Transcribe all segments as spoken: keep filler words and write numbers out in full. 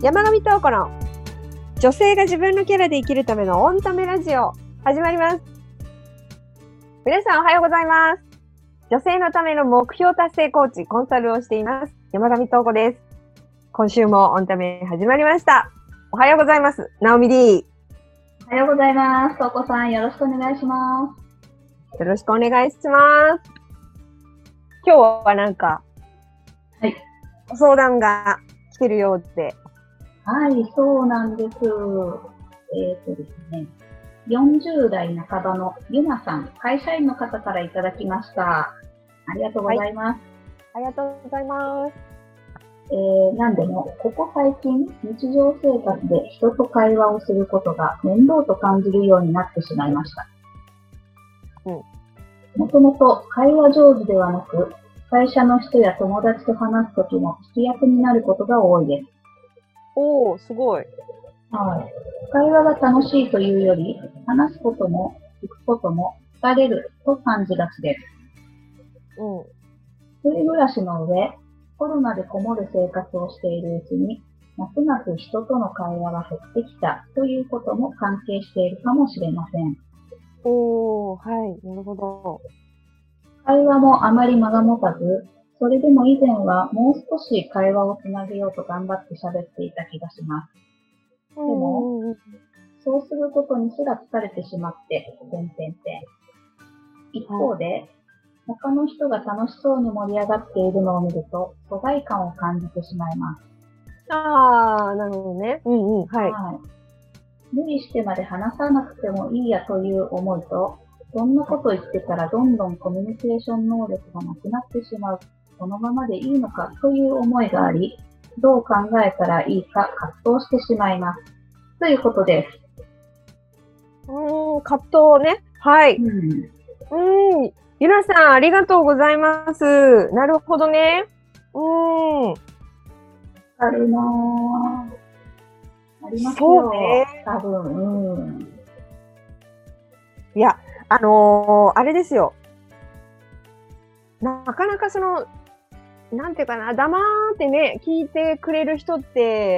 山上東子の女性が自分のキャラで生きるためのオンタメラジオ始まります。皆さんおはようございます。女性のための目標達成コーチ、コンサルをしています山上東子です。今週もオンタメ始まりました。おはようございます。ナオミ D。 おはようございます。東子さんよろしくお願いします。 よろしくお願いします。今日はなんか、 はい、 ご相談が来てるようで。 はい、そうなんです。えっ、とですね、よんじゅう代半ばのゆなさん、会社員の方からいただきました。ありがとうございます。 はい、ありがとうございます。 えー、なんでも、ここ最近、日常生活で人と会話をすることが面倒と感じるようになってしまいました。 うん。 もともと会話上手ではなく、会社の人や友達と話すときも聞き役になることが多いです。 おー、すごい。 はい。会話が楽しいというより、話すことも聞くことも疲れると感じがちです。 うん。 一人暮らしの上、コロナでこもる生活をしているうちに、ますます人との会話が減ってきたということも関係しているかもしれません。 おー、はい、なるほど。 会話もあまり間が持たず、それでも以前はもう少し会話をつなげようと頑張って喋っていた気がします。でも、そうすることにすら疲れてしまって、点々点。一方で、はい、他の人が楽しそうに盛り上がっているのを見ると、疎外感を感じてしまいます。 ああ、なるほどね。うんうん、はい。 はい。無理してまで話さなくてもいいやという思いと、どんなこと言ってたらどんどんコミュニケーション能力がなくなってしまう、このままでいいのかという思いがあり、どう考えたらいいか葛藤してしまいます。ということです。 うーん、葛藤ね。はい。うん。うん。ゆなさん、ありがとうございます。なるほどね。うーん。 あるなぁ。ありますよ。そうね。多分。うん。 いや、あのー、あれですよ。なかなかその、なんていうかな、黙ってね、聞いてくれる人って、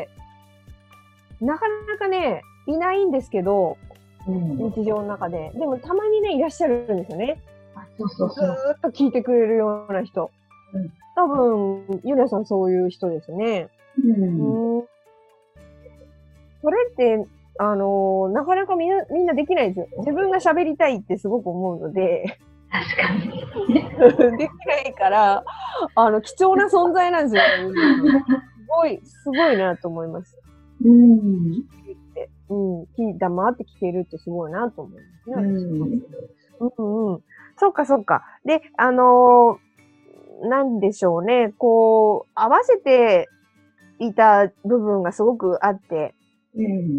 なかなかね、いないんですけど、うん、日常の中で。でもたまにね、いらっしゃるんですよね。 あ、そうそうそう。 ずーっと聞いてくれるような人。うん、多分、ゆなさんそういう人ですね。うん。うん、それって、あのー、なかなかみんな、みんなできないですよ。自分が喋りたいってすごく思うので。 確かに。 できないから、あの、貴重な存在なんですよ。すごい、すごいなと思います。 うん。 うん。黙って聞けるってすごいなと思いますね。うん。うんうん。そうか、そうか。で、あのー、なんでしょうね。こう、合わせていた部分がすごくあって、うん。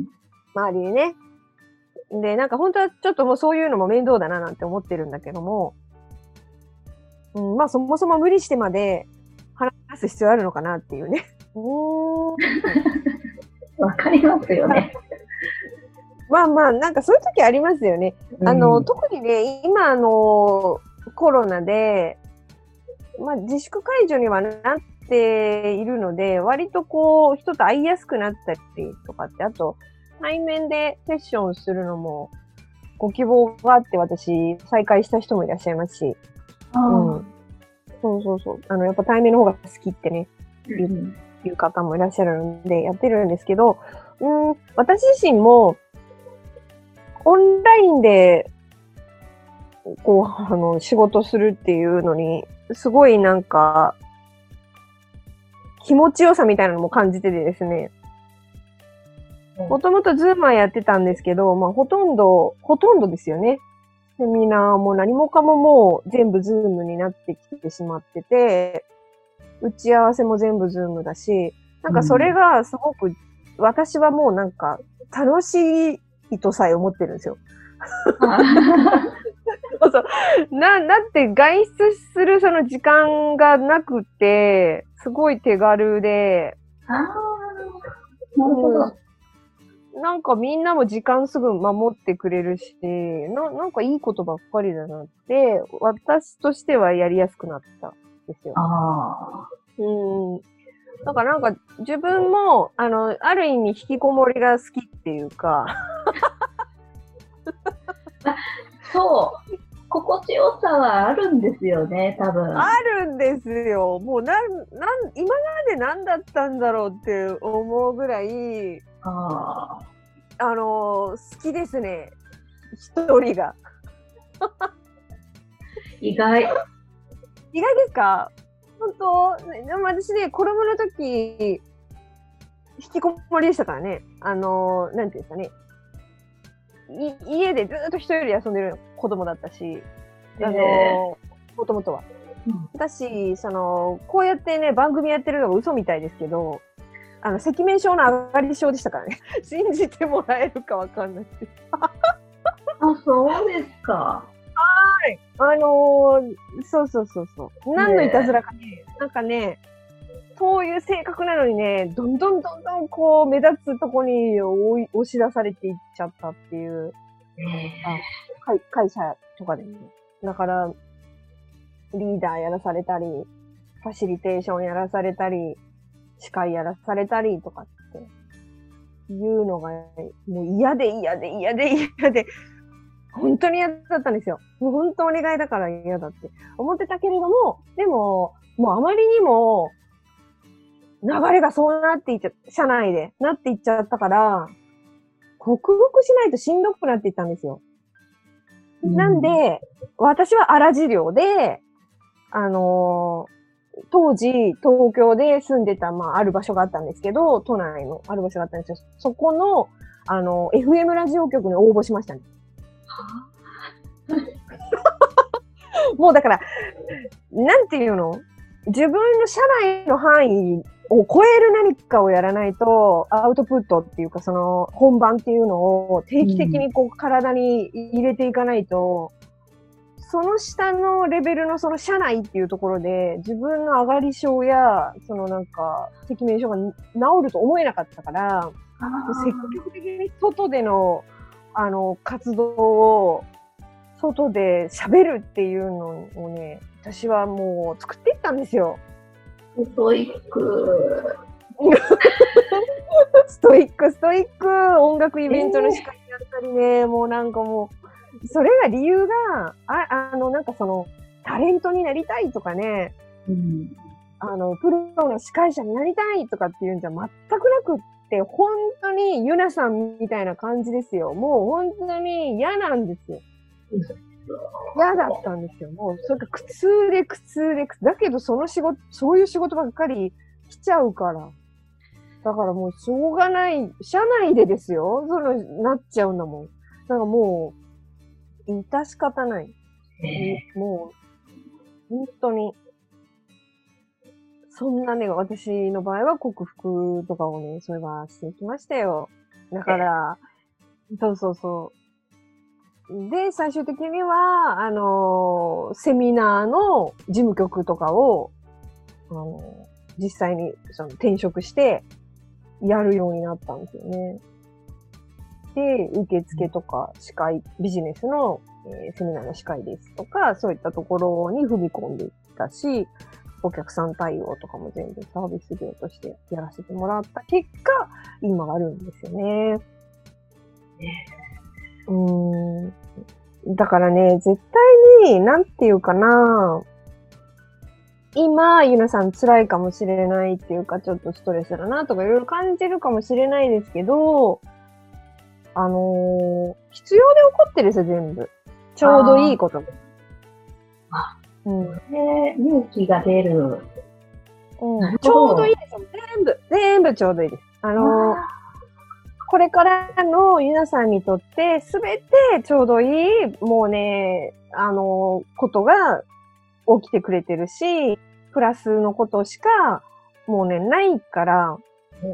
周りにね。で、なんか本当はちょっともうそういうのも面倒だななんて思ってるんだけども、うん、まあそもそも無理してまで話す必要あるのかなっていうね。 おー。わかりますよね。 まあまあ、なんかそういう時ありますよね。うん、あの、特にね、今あの、コロナで、まあ自粛解除にはなっているので、割とこう、人と会いやすくなったりとかって、あと、対面でセッションするのもご希望があって私再開した人もいらっしゃいますし、うん、そうそうそう、あのやっぱ対面の方が好きってね、うん、いう方もいらっしゃるのでやってるんですけど、うん、私自身もオンラインでこうあの仕事するっていうのにすごいなんか気持ちよさみたいなのも感じててですね。もともとズームはやってたんですけど、まあほとんど、ほとんどですよね。セミナーも何もかももう全部ズームになってきてしまってて、打ち合わせも全部ズームだし、なんかそれがすごく、うん、私はもうなんか楽しいとさえ思ってるんですよ。そうそう。な、だって外出するその時間がなくて、すごい手軽で。 ああ、なるほど。うんなんかみんなも時間すぐ守ってくれるし、な、なんかいいことばっかりだなって、私としてはやりやすくなったんですよ。 ああ。 うん。 だからなんか自分も、あの、ある意味引きこもりが好きっていうか。 そう。心地よさはあるんですよね、多分。 あるんですよ。もうなん、なん、今まで何だったんだろうって思うぐらい、 ああの、好きですね。一人が。 意外。 意外ですか？本当、でも私ね、子供の時、引きこもりでしたからね。あの、なんていうんですかね。い家でずっと一人で遊んでる子供だったし、あの、もともとは。うん、だし、その、こうやってね、番組やってるのが嘘みたいですけど、あの、赤面症の上がり症でしたからね。信じてもらえるかわかんないです。 あ、そうですか。 はい。あのー、そうそうそうそう。何のいたずらかね、なんかね、そういう性格なのにね、どんどんどんどんこう目立つとこに押し出されていっちゃったっていう、あ会、会社とかでね。だから、リーダーやらされたり、ファシリテーションやらされたり、司会やらされたりとかっていうのが、もう嫌で嫌で嫌で嫌で、本当に嫌だったんですよ。もう本当お願いだから嫌だって思ってたけれども、でも、もうあまりにも、流れがそうなっていっちゃ、社内でなっていっちゃったから、克服しないとしんどくなっていったんですよ。うん、なんで、私は荒治療で、あのー、当時、東京で住んでた、まあ、ある場所があったんですけど、都内のある場所があったんですよ。そこの、あの、エフエム ラジオ局に応募しましたね。もうだから、なんていうの？自分の社内の範囲を超える何かをやらないと、アウトプットっていうか、その本番っていうのを定期的にこう体に入れていかないと、うん、その下のレベルのその社内っていうところで、自分の上がり症や、そのなんか、赤面症が治ると思えなかったから、積極的に外での、あの、活動を、外で喋るっていうのをね、私はもう作っていったんですよ。 ストイック。 ストイック、ストイック。音楽イベントの司会やったりね、えー、もうなんかもう、それが理由が、あ、あの、なんかその、タレントになりたいとかね、うん、あの、プロの司会者になりたいとかっていうんじゃ全くなくって、本当にユナさんみたいな感じですよ。もう本当に嫌なんですよ。嫌だったんですよ。もう、それが苦痛で苦痛で苦痛。だけど、その仕事、そういう仕事ばっかり来ちゃうから。だからもう、しょうがない。社内でですよ。その、なっちゃうんだもん。だからもう、致し方ない。もう、本当に。そんなね、私の場合は克服とかをね、それはしていきましたよ。だから、そうそうそう。で、最終的には、あのー、セミナーの事務局とかを、あのー、実際にその転職してやるようになったんですよね。で、受付とか司会、ビジネスの、えー、セミナーの司会ですとか、そういったところに踏み込んでいったし、お客さん対応とかも全部サービス業としてやらせてもらった結果、今があるんですよね。うーん。だからね、絶対に、なんていうかな、今、ゆなさん辛いかもしれないっていうか、ちょっとストレスだなとかいろいろ感じるかもしれないですけど、あのー、必要で起こってるんですよ、全部。ちょうどいいこと。 あ、うん。で、勇気が出る。 うん。ちょうどいいですよ。全部、全部ちょうどいいです。あのー、これからのゆなさんにとってすべてちょうどいい、もうね、あの、ことが起きてくれてるし、プラスのことしかもうね、ないから、うん。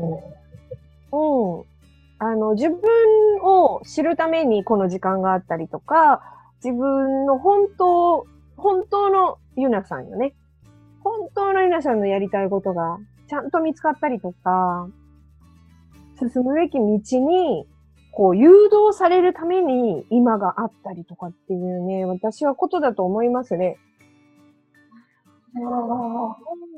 うん。あの、自分を知るためにこの時間があったりとか、自分の本当、本当のゆなさんよね。本当のゆなさんのやりたいことがちゃんと見つかったりとか、進むべき道に、こう、誘導されるために今があったりとかっていうね、私はことだと思いますね。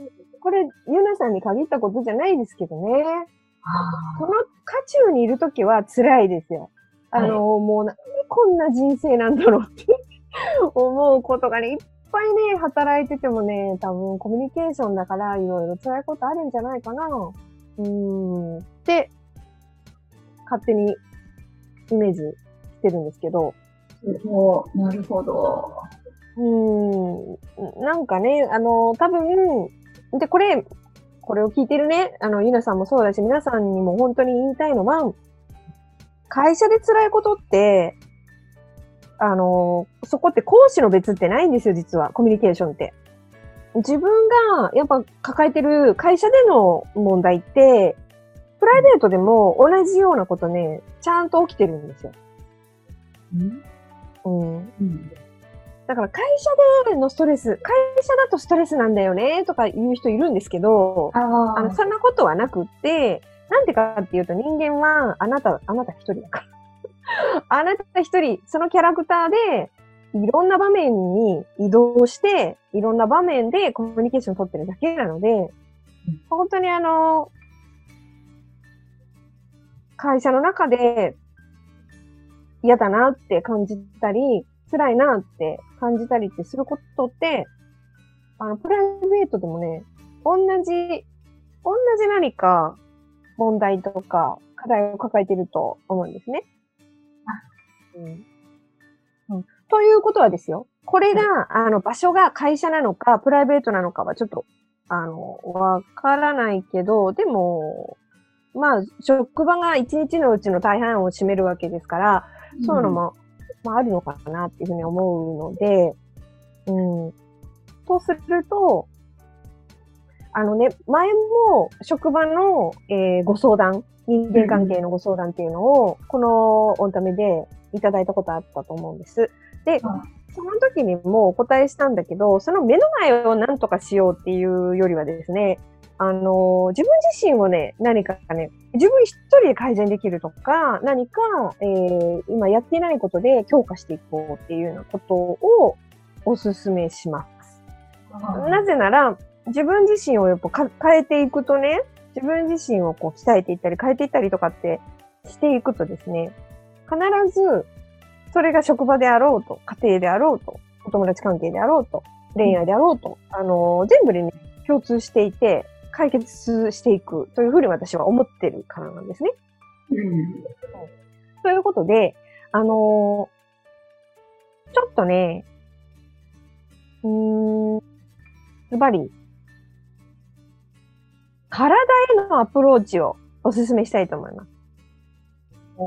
これ、ゆなさんに限ったことじゃないですけどね。この渦中にいるときは辛いですよ。あの、はい、もうなんでこんな人生なんだろうって思うことがね、いっぱいね、働いててもね、多分コミュニケーションだからいろいろ辛いことあるんじゃないかな。うーん。って、勝手にイメージしてるんですけど。 そう、なるほど。 うーん。なんかね、あの、多分、で、これ、これを聞いてるね、あの、ゆなさんもそうだし、皆さんにも本当に言いたいのは、会社で辛いことって、あの、そこって講師の別ってないんですよ、実は、コミュニケーションって。自分がやっぱ抱えてる会社での問題って、プライベートでも同じようなことね、ちゃんと起きてるんですよ。うん。うん。だから会社でのストレス、会社だとストレスなんだよねとか言う人いるんですけど、あのそんなことはなくって、なんでかっていうと人間はあなた、あなた一人だから。あなた一人、そのキャラクターでいろんな場面に移動して、いろんな場面でコミュニケーションを取ってるだけなので、本当にあの、会社の中で嫌だなって感じたり、辛いなって感じたりってすることって、あの、プライベートでもね、同じ、同じ何か問題とか課題を抱えていると思うんですね。うんうん、ということはですよ。これが、あの、場所が会社なのか、プライベートなのかはちょっと、あの、わからないけど、でも、まあ、職場が一日のうちの大半を占めるわけですから、うん、そういうのも、まあ、あるのかなっていうふうに思うので、うん。とすると、あのね、前も職場の、えー、ご相談、人間関係のご相談っていうのを、このオンタメでいただいたことあったと思うんです。で、うん、その時にもお答えしたんだけど、その目の前を何とかしようっていうよりはですね、あのー、自分自身をね、何かね、自分一人で改善できるとか、何か、えー、今やっていないことで強化していこうっていうようなことをお勧めします。うん、なぜなら、自分自身をやっぱ変えていくとね、自分自身をこう鍛えていったり変えていったりとかってしていくとですね、必ずそれが職場であろうと、家庭であろうと、お友達関係であろうと、恋愛であろうと、うん、あの、全部でね、共通していて、解決していくというふうに私は思ってるからなんですね。うん、ということで、あのー、ちょっとね、うーん、ズバリ、体へのアプローチをお勧めしたいと思います。うん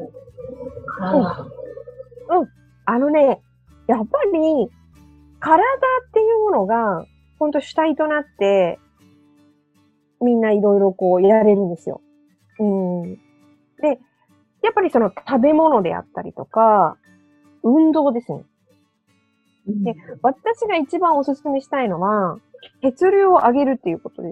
。うん。あのね、やっぱり、体っていうものが、ほんと主体となって、みんないろいろこうやれるんですよ。うん。で、やっぱりその食べ物であったりとか、運動ですね。で、私が一番お勧めしたいのは、血流を上げるっていうことです。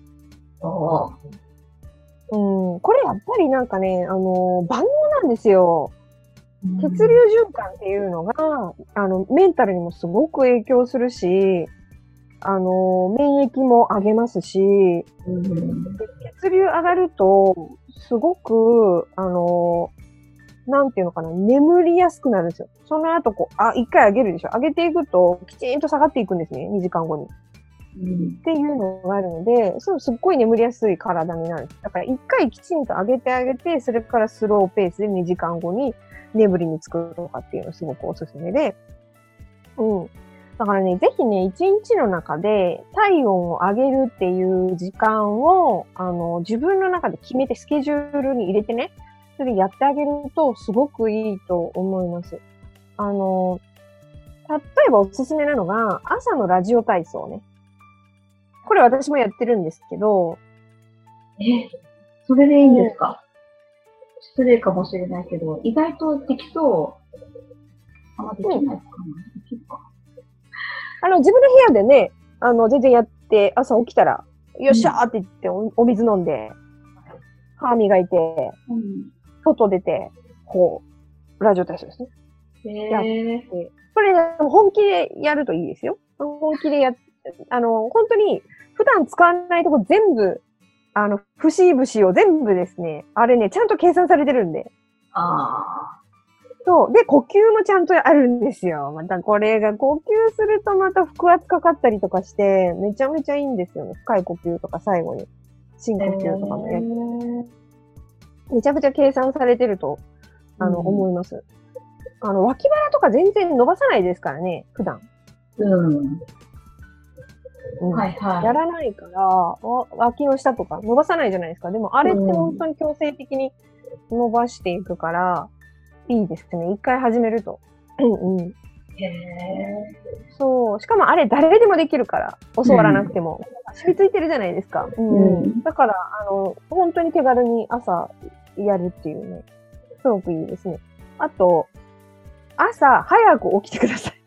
うん、これやっぱりなんかね、あの、万能なんですよ。血流循環っていうのが、あの、メンタルにもすごく影響するし、あの、免疫も上げますし、うん、血流上がると、すごく、あの、なんていうのかな、眠りやすくなるんですよ。その後、こう、あ、一回上げるでしょ。上げていくと、きちんと下がっていくんですね、にじかんごに。うん、っていうのがあるので、そうすっごい眠りやすい体になる。だから一回きちんと上げてあげて、それからスローペースでにじかんごに眠りにつくとかっていうのすごくおすすめで。うん。だからね、ぜひね、一日の中で体温を上げるっていう時間を、あの、自分の中で決めてスケジュールに入れてね、それでやってあげるとすごくいいと思います。あの、例えばおすすめなのが、朝のラジオ体操ね。これ私もやってるんですけど。 え、それでいいんですか？失礼かもしれないけど、意外とできそう。あ、できないかな、うん、できるか。 あの、自分の部屋でね、あの、全然やって、朝起きたら、よっしゃーって言ってお、お水飲んで、歯磨いて、うん、外出て、こう、ラジオ体操ですね。へー。やって。これ、本気でやるといいですよ。本気でやっあの、本当に普段使わないとこ全部、あの、節々を全部ですね、あれね、ちゃんと計算されてるんで。 ああ。 そう。で、呼吸もちゃんとあるんですよ。またこれが呼吸するとまた腹圧かかったりとかして、めちゃめちゃいいんですよね。深い呼吸とか最後に。深呼吸とかもやる。えー、めちゃくちゃ計算されてると、あの、うん、思います。あの、脇腹とか全然伸ばさないですからね、普段。 うん。うん、はいはい。 やらないから、脇の下とか伸ばさないじゃないですか。でもあれって本当に強制的に伸ばしていくから、いいですね。一回始めると。うんうん。へー。そう。しかもあれ誰でもできるから、教わらなくても。染みついてるじゃないですか。うん。うん、だから、あの、本当に手軽に朝やるっていうね、すごくいいですね。あと、朝早く起きてください。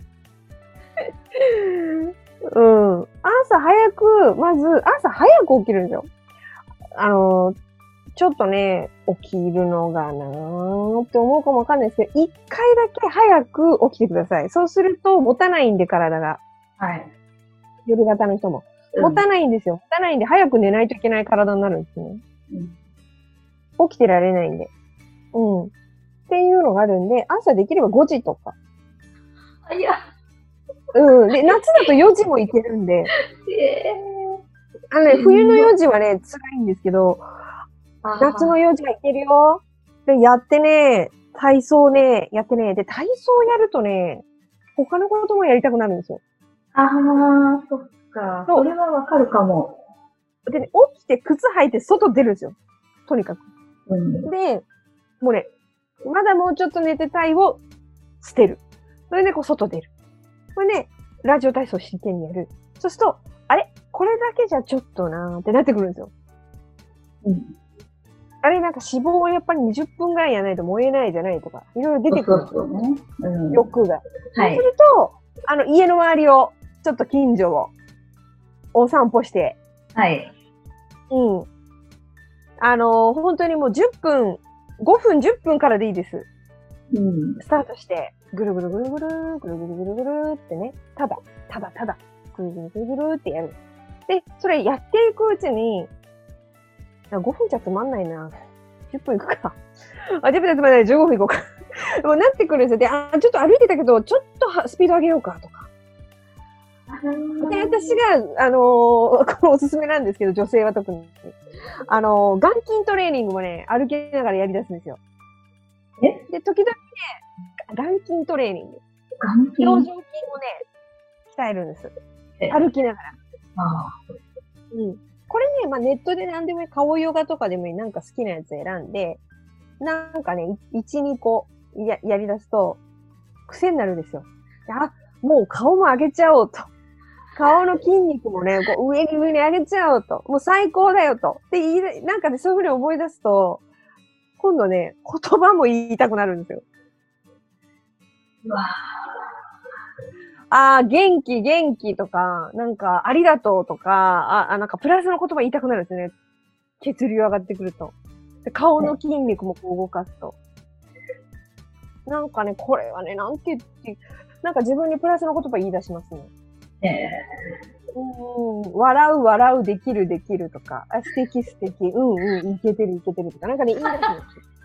うん。朝早く、まず、朝早く起きるんですよ。あの、ちょっとね、起きるのがなーって思うかもわかんないですけど、一回だけ早く起きてください。そうすると、持たないんで、体が。はい。夜型の人も。うん、持たないんですよ。持たないんで、早く寝ないといけない体になるんですね。うん、起きてられないんで。うん。っていうのがあるんで、朝できればごじとか。 いや。 うん。で、夏だとよじもいけるんで。えー、あのね、冬のよじはね、辛いんですけど、夏のよじはいけるよ。で、やってね、体操ね、やってね、で、体操やるとね、他のこともやりたくなるんですよ。 ああ、そっか。それはわかるかも。 で、ね、起きて靴履いて外出るんですよ。とにかく。うん、で、もうね、まだもうちょっと寝てたいを捨てる。それでこう外出る。これね、ラジオ体操真剣にやる。そうすると、あれこれだけじゃちょっとなーってなってくるんですよ。うん。あれなんか脂肪をやっぱりにじゅっぷんぐらいやらないと燃えないじゃないとか、いろいろ出てくるんですよ。そうそうね。うん、欲が。はい。そうすると、あの、家の周りを、ちょっと近所を、お散歩して。はい。うん。あのー、本当にもうじゅっぷん、ごふんじゅっぷんからでいいです。うん。スタートして、ぐるぐるぐるぐる、ぐるぐるぐるぐるってね、ただ、ただただ、ぐるぐるぐるぐるってやる。で、それやっていくうちに、ごふんじゃつまんないな。じゅっぷん行くか。あ、じゅっぷんじゃつまんない。じゅうごふん行こうか。もうなってくるんですよ。で、あ、ちょっと歩いてたけど、ちょっとスピード上げようかとか。で、私が、あのー、これおすすめなんですけど、女性は特に。あのー、眼筋トレーニングもね、歩きながらやり出すんですよ。えで、時々ね、眼筋トレーニング。眼筋表情筋をね、鍛えるんです。歩きながら。ああ。うん。これね、まあネットで何でもいい、顔ヨガとかでもいい、なんか好きなやつ選んで、なんかね、いち、にこや、やり出すと、癖になるんですよ。あ、もう顔も上げちゃおうと。顔の筋肉もね、こう上に上に上げちゃおうと。もう最高だよと。で、言い、なんかね、そういうふうに思い出すと、今度ね、言葉も言いたくなるんですよ。うわああ、元気、元気とか、なんか、ありがとうとか、あ、あなんか、プラスの言葉言いたくなるんですね。血流上がってくると。で、顔の筋肉もこう動かすと。なんかね、これはね、なんて言って、なんか自分にプラスの言葉言い出しますね。えー、うん、笑う、笑う、できる、できるとか、あ、素敵、素敵、うんうん、いけてる、いけてるとか、なんかね、言い出すんですよ。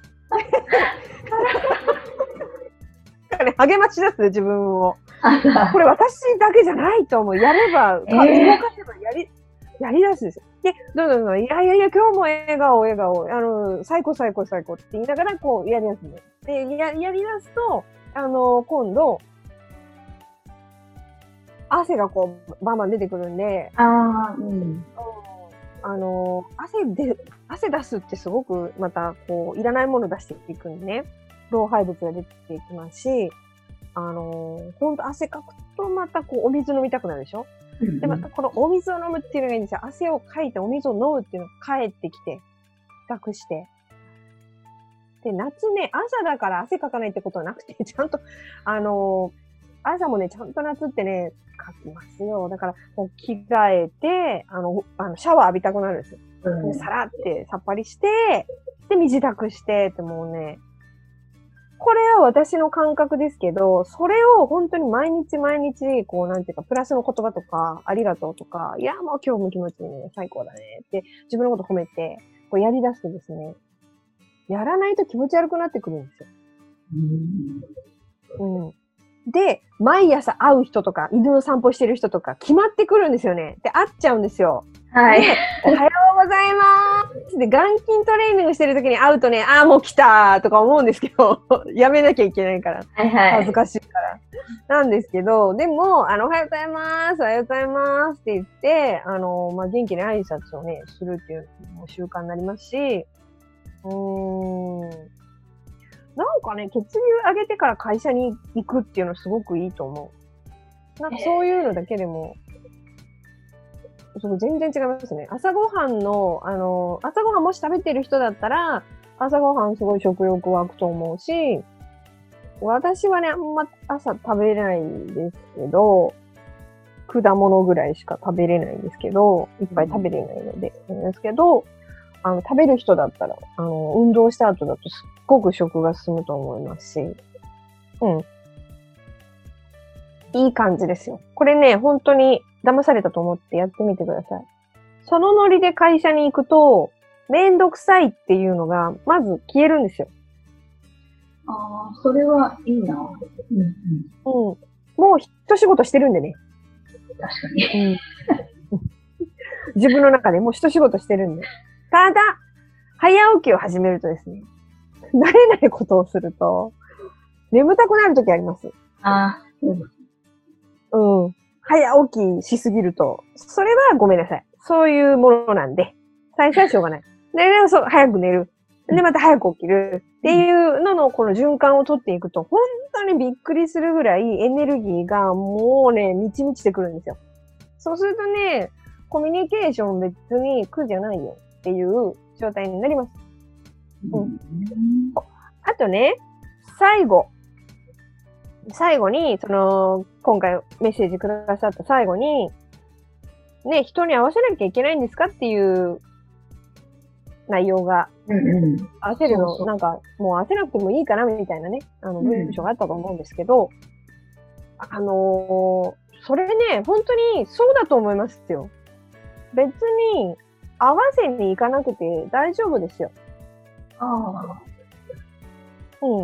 なんかね、励まし出す、自分を。これ私だけじゃないと思う。やれば、動かせばやり、やり出すんですよ。で、どんどんどん、いやいやいや、今日も笑顔、笑顔、あの、最高、最高、最高って言いながら、こう、やり出すんです。で、や、やり出すと、あの、今度、汗がこう、バンバン出てくるんで、ああ、うん。あの、汗で、汗出すってすごく、また、こう、いらないもの出していくんでね、老廃物が出ていきますし、あのー、ほんと汗かくとまたこうお水飲みたくなるでしょ、うんうん、で、またこのお水を飲むっていうのがいいんですよ。汗をかいてお水を飲むっていうのが帰ってきて、比較して。で、夏ね、朝だから汗かかないってことはなくて、ちゃんと、あのー、朝もね、ちゃんと夏ってね、かきますよ。だから、もう着替えて、あの、あのシャワー浴びたくなるんですよ。うん、さらってさっぱりして、で、身支度してってもうね、 これは私の感覚ですけど、それを本当に毎日毎日、こう、なんていうか、プラスの言葉とか、ありがとうとか、いや、もう今日も気持ちいいね、最高だねって自分のこと褒めて、こうやり出すとですね、やらないと気持ち悪くなってくるんですよ。うん。で、毎朝会う人とか、犬の散歩してる人とか、決まってくるんですよね。で、会っちゃうんですよ。 はい。 で、おはようございます。で、眼筋トレーニングしてる時に会うとね、ああ、もう来たとか思うんですけど、やめなきゃいけないから。 はいはい。 恥ずかしいから。なんですけど、でも、あの、おはようございます。おはようございますって言って、あの、まあ、元気に挨拶をね、するっていうのも習慣になりますし、うーん。なんかね、血流上げてから会社に行くっていうのすごくいいと思う。なんかそういうのだけでも、そう全然違いますね。朝ごはんの、あの、朝ごはんもし食べてる人だったら、朝ごはんすごい食欲湧くと思うし、私はね、あんま朝食べれないんですけど、果物ぐらいしか食べれないんですけど、いっぱい食べれないので、なんですけど、あの、食べる人だったら、あの、運動した後だとすっごく食が進むと思いますし、うん。いい感じですよ。これね、本当に騙されたと思ってやってみてください。そのノリで会社に行くと、めんどくさいっていうのが、まず消えるんですよ。 ああ、それはいいな。うんうん。うん。もう一仕事してるんでね。 確かに。 うん。自分の中でもう一仕事してるんで。ただ、早起きを始めるとですね、慣れないことをすると、眠たくなるときあります。 ああ、うん。 うん。早起きしすぎると、それはごめんなさい。そういうものなんで、最初はしょうがない。で、でもそう、早く寝る。で、また早く起きる。っていうのの、この循環を取っていくと、本当にびっくりするぐらいエネルギーがもうね、満ち満ちてくるんですよ。そうするとね、コミュニケーション別に苦じゃないよっていう状態になります。うん。あとね、最後。最後に、その、今回メッセージくださった最後に、ね、人に合わせなきゃいけないんですかっていう内容が、 うんうん、 合わせるの、そうそうなんか、もう合わせなくてもいいかなみたいなね、あの、文章があったと思うんですけど、うん、あのー、それね、本当にそうだと思いますよ。別に、合わせに行かなくて大丈夫ですよ。 ああ。 うん。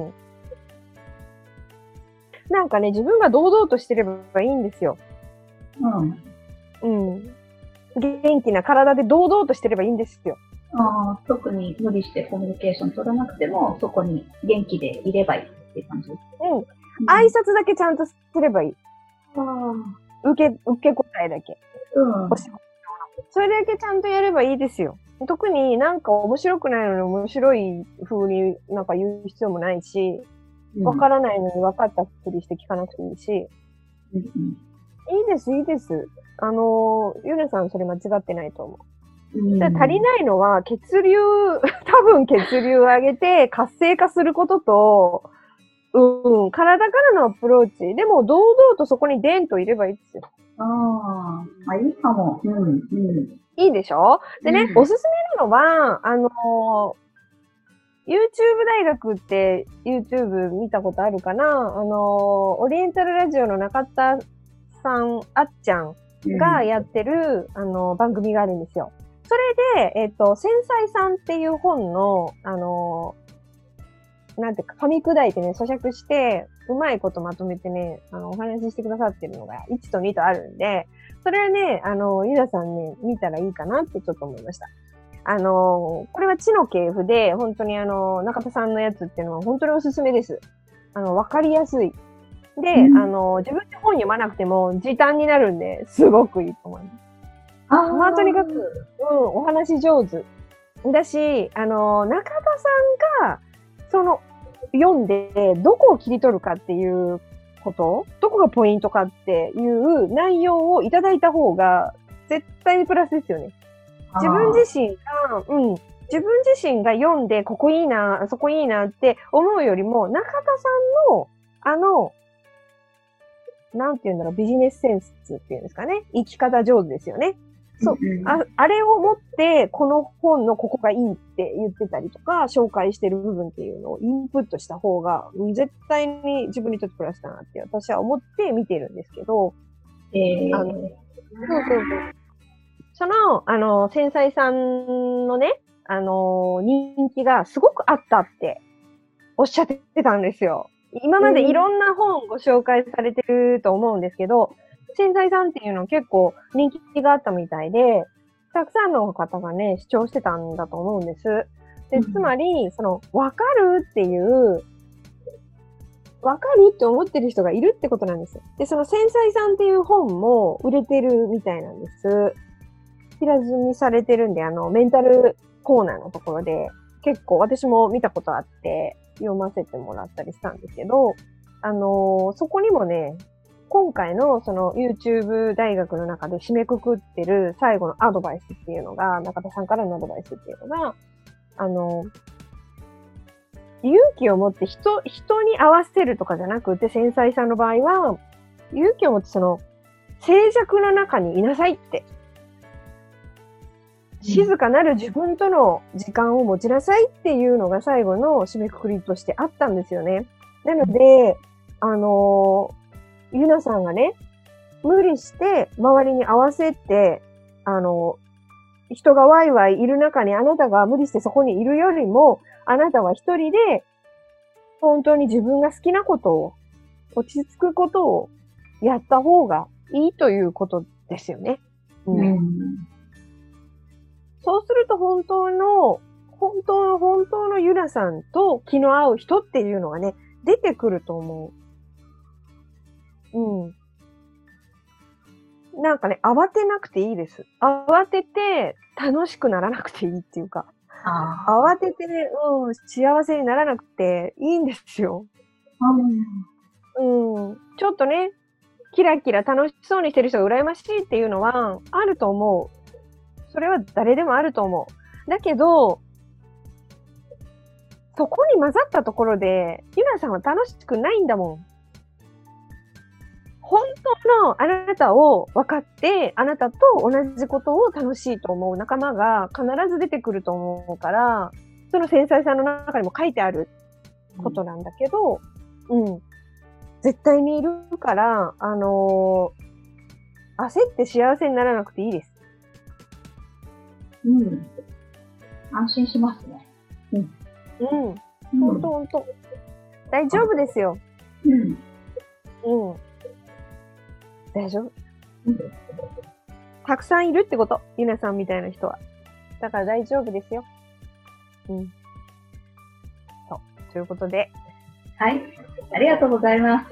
なんかね、自分が堂々としてればいいんですよ。うん。うん。元気な体で堂々としてればいいんですよ。 ああ、特に無理してコミュニケーション取らなくても、そこに元気でいればいいっていう感じです。 うん。うん、挨拶だけちゃんとすればいい。 ああ。受け、受け答えだけ。うん。それだけちゃんとやればいいですよ。特になんか面白くないのに面白い風になんか言う必要もないし、わからないのに分かったふりして聞かなくていいし。うんうん、いいです、いいです。あの、ゆねさんそれ間違ってないと思う。うん、足りないのは血流、多分血流を上げて活性化することと、うん、体からのアプローチ。でも堂々とそこにデンといればいいですよ。 ああ、いいかも。うん、うん。 いいでしょ？でね、うん、おすすめなのは、あのー、YouTube 大学って YouTube 見たことあるかな？あのー、オリエンタルラジオの中田さん、あっちゃんがやってる、うん、あのー、番組があるんですよ。それで、えっと、繊細さんっていう本の、あのー、なんていうか、噛み砕いてね、咀嚼して、うまいことまとめてね、あの、お話ししてくださってるのがいちとにとあるんで、それはね、あの、ゆなさんね、見たらいいかなってちょっと思いました。あの、これは知の系譜で、本当にあの、中田さんのやつっていうのは本当におすすめです。あの、わかりやすい。で、うん、あの、自分で本読まなくても時短になるんで、すごくいいと思います。あまあ、とにかく、うん、お話上手。だし、あの、中田さんが、その、読んで、どこを切り取るかっていうこと、どこがポイントかっていう内容をいただいた方が、絶対にプラスですよね。自分自身が、うん、自分自身が読んで、ここいいな、あそこいいなって思うよりも、中田さんの、あの、なんていうんだろう、ビジネスセンスっていうんですかね。生き方上手ですよね。 そう、あ、あれを持って、この本のここがいいって言ってたりとか、紹介してる部分っていうのをインプットした方が、絶対に自分にとってプラスだなって私は思って見てるんですけど、 えー、 あの、そうそうそう。その、あの、繊細さんのね、あの、人気がすごくあったっておっしゃってたんですよ。今までいろんな本ご紹介されてると思うんですけど、繊細さんっていうの結構人気があったみたいで、たくさんの方がね、視聴してたんだと思うんです。で、つまり、その、わかるっていう、わかるって思ってる人がいるってことなんですよ。で、その繊細さんっていう本も売れてるみたいなんです。平積みされてるんで、あの、メンタルコーナーのところで、結構私も見たことあって、読ませてもらったりしたんですけど、あのー、そこにもね、今回のその YouTube 大学の中で締めくくってる最後のアドバイスっていうのが、中田さんからのアドバイスっていうのが、あのー、勇気を持って人、人に合わせるとかじゃなくて、繊細さんの場合は、勇気を持ってその、静寂の中にいなさいって。静かなる自分との時間を持ちなさいっていうのが最後の締めくくりとしてあったんですよね。なので、あのー、ゆなさんがね、無理して周りに合わせて、あのー、人がワイワイいる中にあなたが無理してそこにいるよりも、あなたは一人で本当に自分が好きなことを、落ち着くことをやった方がいいということですよね。うん。うんそうすると本当の、本当の本当のゆらさんと気の合う人っていうのがね、出てくると思う。うん。なんかね、慌てなくていいです。慌てて楽しくならなくていいっていうか、慌ててね、うん、幸せにならなくていいんですよ。うん。うん。ちょっとね、キラキラ楽しそうにしてる人が羨ましいっていうのはあると思う。それは誰でもあると思う。だけど、そこに混ざったところで、ゆなさんは楽しくないんだもん。本当のあなたを分かって、あなたと同じことを楽しいと思う仲間が必ず出てくると思うから、その繊細さんの中にも書いてあることなんだけど、うん。うん、絶対にいるから、あのー、焦って幸せにならなくていいです。 うん。安心しますね。 うん。うん。ほんとほんと。大丈夫ですよ。 うん。うん。 大丈夫。うん。たくさんいるってこと。ゆなさんみたいな人は。だから大丈夫ですよ。うん。そう。ということで。 はい。ありがとうございます。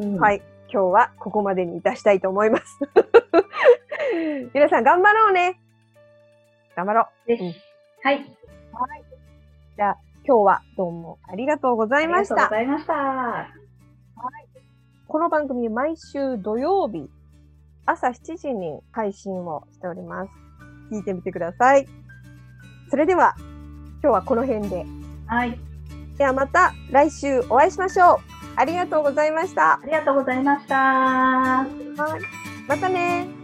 うん、はい。今日はここまでにいたしたいと思います。ゆなさん頑張ろうね。頑張ろう。うん、はい。 はい。 じゃあ、今日はどうもありがとうございました。 ありがとうございました。はい。 この番組、毎週土曜日、朝しちじに配信をしております。聞いてみてください。それでは、今日はこの辺で。 はい。 ではまた来週お会いしましょう。ありがとうございました。 ありがとうございました。 はい。またね。